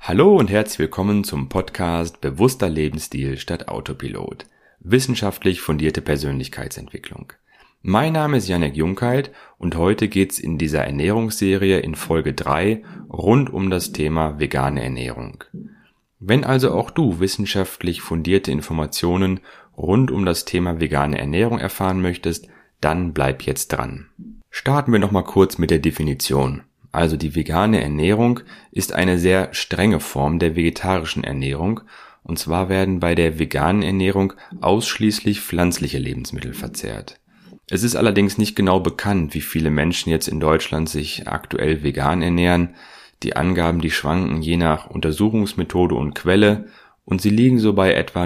Hallo und herzlich willkommen zum Podcast Bewusster Lebensstil statt Autopilot. Wissenschaftlich fundierte Persönlichkeitsentwicklung. Mein Name ist Janek Junkheit und heute geht's in dieser Ernährungsserie in Folge 3 rund um das Thema vegane Ernährung. Wenn also auch du wissenschaftlich fundierte Informationen rund um das Thema vegane Ernährung erfahren möchtest, dann bleib jetzt dran. Starten wir nochmal kurz mit der Definition. Also die vegane Ernährung ist eine sehr strenge Form der vegetarischen Ernährung, und zwar werden bei der veganen Ernährung ausschließlich pflanzliche Lebensmittel verzehrt. Es ist allerdings nicht genau bekannt, wie viele Menschen jetzt in Deutschland sich aktuell vegan ernähren. Die Angaben, die schwanken je nach Untersuchungsmethode und Quelle und sie liegen so bei etwa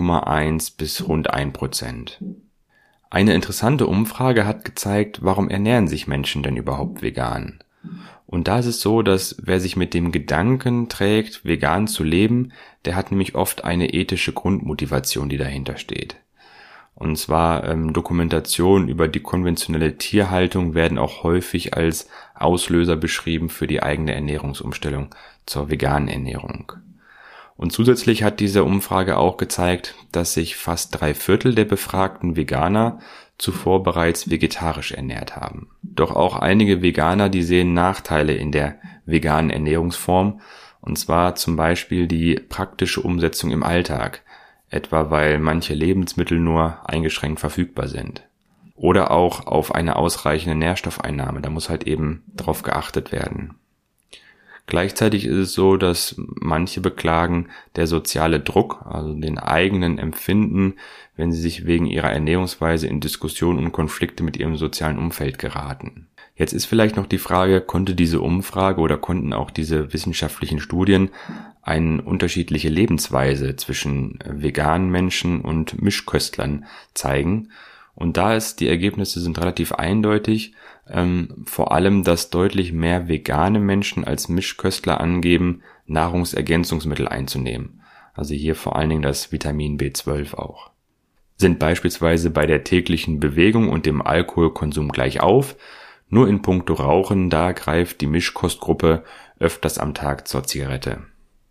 0,1 bis rund 1%. Eine interessante Umfrage hat gezeigt, warum ernähren sich Menschen denn überhaupt vegan? Und da ist es so, dass wer sich mit dem Gedanken trägt, vegan zu leben, der hat nämlich oft eine ethische Grundmotivation, die dahinter steht. Und zwar Dokumentationen über die konventionelle Tierhaltung werden auch häufig als Auslöser beschrieben für die eigene Ernährungsumstellung zur veganen Ernährung. Und zusätzlich hat diese Umfrage auch gezeigt, dass sich fast 3/4 der befragten Veganer zuvor bereits vegetarisch ernährt haben. Doch auch einige Veganer, die sehen Nachteile in der veganen Ernährungsform, und zwar zum Beispiel die praktische Umsetzung im Alltag, etwa weil manche Lebensmittel nur eingeschränkt verfügbar sind. Oder auch auf eine ausreichende Nährstoffeinnahme, da muss halt eben drauf geachtet werden. Gleichzeitig ist es so, dass manche beklagen, der soziale Druck, also den eigenen Empfinden, wenn sie sich wegen ihrer Ernährungsweise in Diskussionen und Konflikte mit ihrem sozialen Umfeld geraten. Jetzt ist vielleicht noch die Frage, konnte diese Umfrage oder konnten auch diese wissenschaftlichen Studien eine unterschiedliche Lebensweise zwischen veganen Menschen und Mischköstlern zeigen? Und die Ergebnisse sind relativ eindeutig, vor allem, dass deutlich mehr vegane Menschen als Mischköstler angeben, Nahrungsergänzungsmittel einzunehmen. Also hier vor allen Dingen das Vitamin B12 auch. Sind beispielsweise bei der täglichen Bewegung und dem Alkoholkonsum gleich auf, nur in puncto Rauchen, da greift die Mischkostgruppe öfters am Tag zur Zigarette.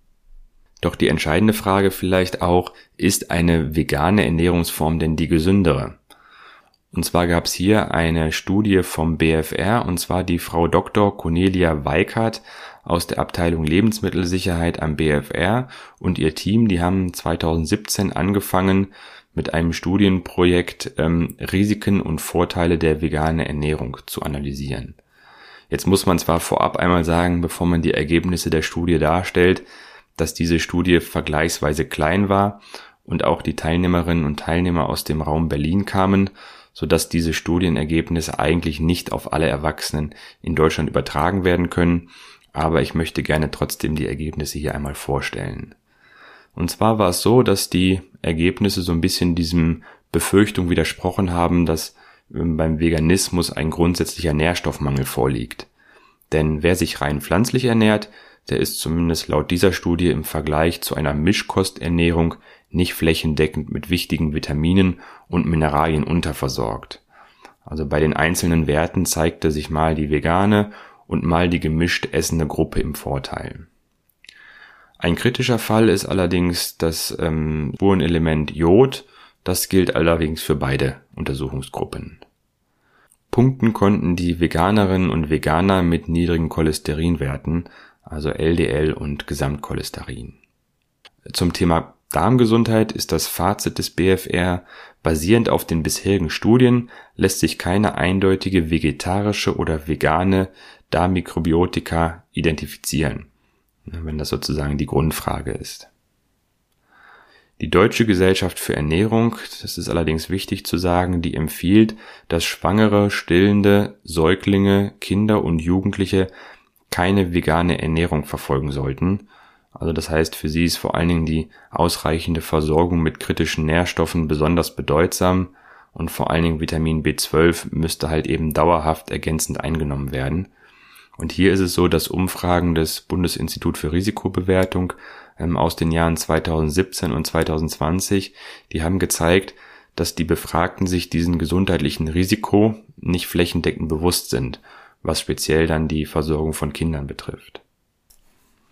Doch die entscheidende Frage vielleicht auch, ist eine vegane Ernährungsform denn die gesündere? Und zwar gab es hier eine Studie vom BfR, und zwar die Frau Dr. Cornelia Weikart aus der Abteilung Lebensmittelsicherheit am BfR und ihr Team, die haben 2017 angefangen mit einem Studienprojekt Risiken und Vorteile der veganen Ernährung zu analysieren. Jetzt muss man zwar vorab einmal sagen, bevor man die Ergebnisse der Studie darstellt, dass diese Studie vergleichsweise klein war und auch die Teilnehmerinnen und Teilnehmer aus dem Raum Berlin kamen, sodass diese Studienergebnisse eigentlich nicht auf alle Erwachsenen in Deutschland übertragen werden können, aber ich möchte gerne trotzdem die Ergebnisse hier einmal vorstellen. Und zwar war es so, dass die Ergebnisse so ein bisschen diesem Befürchtung widersprochen haben, dass beim Veganismus ein grundsätzlicher Nährstoffmangel vorliegt. Denn wer sich rein pflanzlich ernährt, der ist zumindest laut dieser Studie im Vergleich zu einer Mischkosternährung nicht flächendeckend mit wichtigen Vitaminen und Mineralien unterversorgt. Also bei den einzelnen Werten zeigte sich mal die vegane und mal die gemischt essende Gruppe im Vorteil. Ein kritischer Fall ist allerdings das Spurenelement Jod. Das gilt allerdings für beide Untersuchungsgruppen. Punkten konnten die Veganerinnen und Veganer mit niedrigen Cholesterinwerten, also LDL und Gesamtcholesterin. Zum Thema Darmgesundheit ist das Fazit des BfR: basierend auf den bisherigen Studien lässt sich keine eindeutige vegetarische oder vegane Darmmikrobiotika identifizieren, wenn das sozusagen die Grundfrage ist. Die Deutsche Gesellschaft für Ernährung, das ist allerdings wichtig zu sagen, die empfiehlt, dass Schwangere, Stillende, Säuglinge, Kinder und Jugendliche keine vegane Ernährung verfolgen sollten. Also das heißt, für sie ist vor allen Dingen die ausreichende Versorgung mit kritischen Nährstoffen besonders bedeutsam und vor allen Dingen Vitamin B12 müsste halt eben dauerhaft ergänzend eingenommen werden. Und hier ist es so, dass Umfragen des Bundesinstitut für Risikobewertung aus den Jahren 2017 und 2020, die haben gezeigt, dass die Befragten sich diesen gesundheitlichen Risiko nicht flächendeckend bewusst sind, was speziell dann die Versorgung von Kindern betrifft.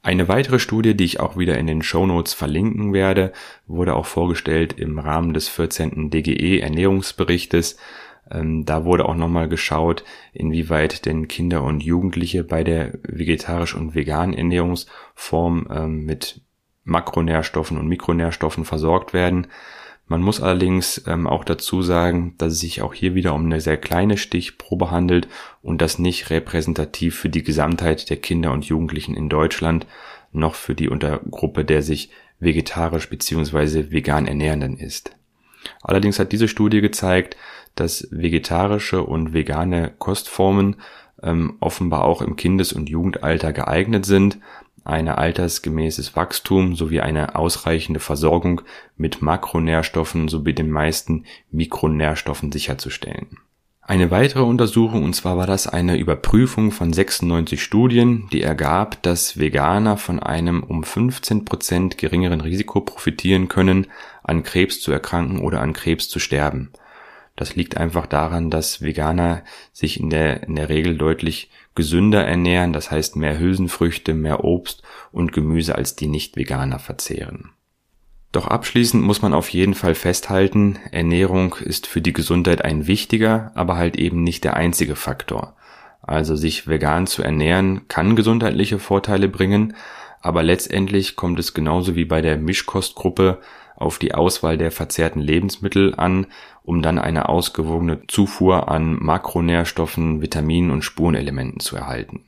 Eine weitere Studie, die ich auch wieder in den Shownotes verlinken werde, wurde auch vorgestellt im Rahmen des 14. DGE-Ernährungsberichtes. Da wurde auch nochmal geschaut, inwieweit denn Kinder und Jugendliche bei der vegetarisch- und veganen Ernährungsform mit Makronährstoffen und Mikronährstoffen versorgt werden. Man muss allerdings auch dazu sagen, dass es sich auch hier wieder um eine sehr kleine Stichprobe handelt und das nicht repräsentativ für die Gesamtheit der Kinder und Jugendlichen in Deutschland noch für die Untergruppe der sich vegetarisch bzw. vegan Ernährenden ist. Allerdings hat diese Studie gezeigt, dass vegetarische und vegane Kostformen offenbar auch im Kindes- und Jugendalter geeignet sind, ein altersgemäßes Wachstum sowie eine ausreichende Versorgung mit Makronährstoffen sowie den meisten Mikronährstoffen sicherzustellen. Eine weitere Untersuchung, und zwar war das eine Überprüfung von 96 Studien, die ergab, dass Veganer von einem um 15% geringeren Risiko profitieren können, an Krebs zu erkranken oder an Krebs zu sterben. Das liegt einfach daran, dass Veganer sich in der Regel deutlich gesünder ernähren, das heißt mehr Hülsenfrüchte, mehr Obst und Gemüse als die Nicht-Veganer verzehren. Doch abschließend muss man auf jeden Fall festhalten, Ernährung ist für die Gesundheit ein wichtiger, aber halt eben nicht der einzige Faktor. Also sich vegan zu ernähren kann gesundheitliche Vorteile bringen, aber letztendlich kommt es genauso wie bei der Mischkostgruppe auf die Auswahl der verzehrten Lebensmittel an, um dann eine ausgewogene Zufuhr an Makronährstoffen, Vitaminen und Spurenelementen zu erhalten.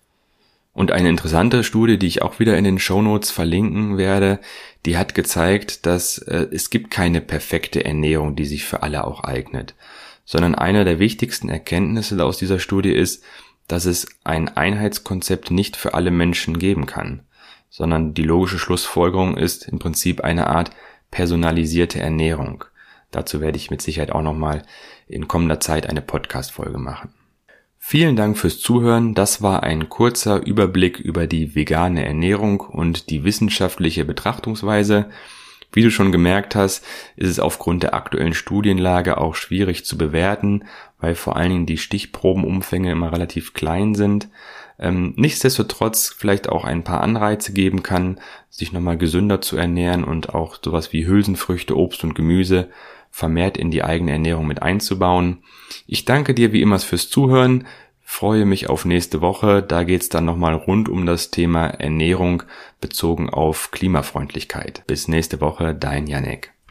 Und eine interessante Studie, die ich auch wieder in den Shownotes verlinken werde, die hat gezeigt, dass es gibt keine perfekte Ernährung, die sich für alle auch eignet, sondern eine der wichtigsten Erkenntnisse aus dieser Studie ist, dass es ein Einheitskonzept nicht für alle Menschen geben kann, sondern die logische Schlussfolgerung ist im Prinzip eine Art personalisierte Ernährung. Dazu werde ich mit Sicherheit auch nochmal in kommender Zeit eine Podcast-Folge machen. Vielen Dank fürs Zuhören. Das war ein kurzer Überblick über die vegane Ernährung und die wissenschaftliche Betrachtungsweise. Wie du schon gemerkt hast, ist es aufgrund der aktuellen Studienlage auch schwierig zu bewerten, weil vor allen Dingen die Stichprobenumfänge immer relativ klein sind. Nichtsdestotrotz vielleicht auch ein paar Anreize geben kann, sich nochmal gesünder zu ernähren und auch sowas wie Hülsenfrüchte, Obst und Gemüse vermehrt in die eigene Ernährung mit einzubauen. Ich danke dir wie immer fürs Zuhören, freue mich auf nächste Woche, da geht's dann nochmal rund um das Thema Ernährung bezogen auf Klimafreundlichkeit. Bis nächste Woche, dein Jannik.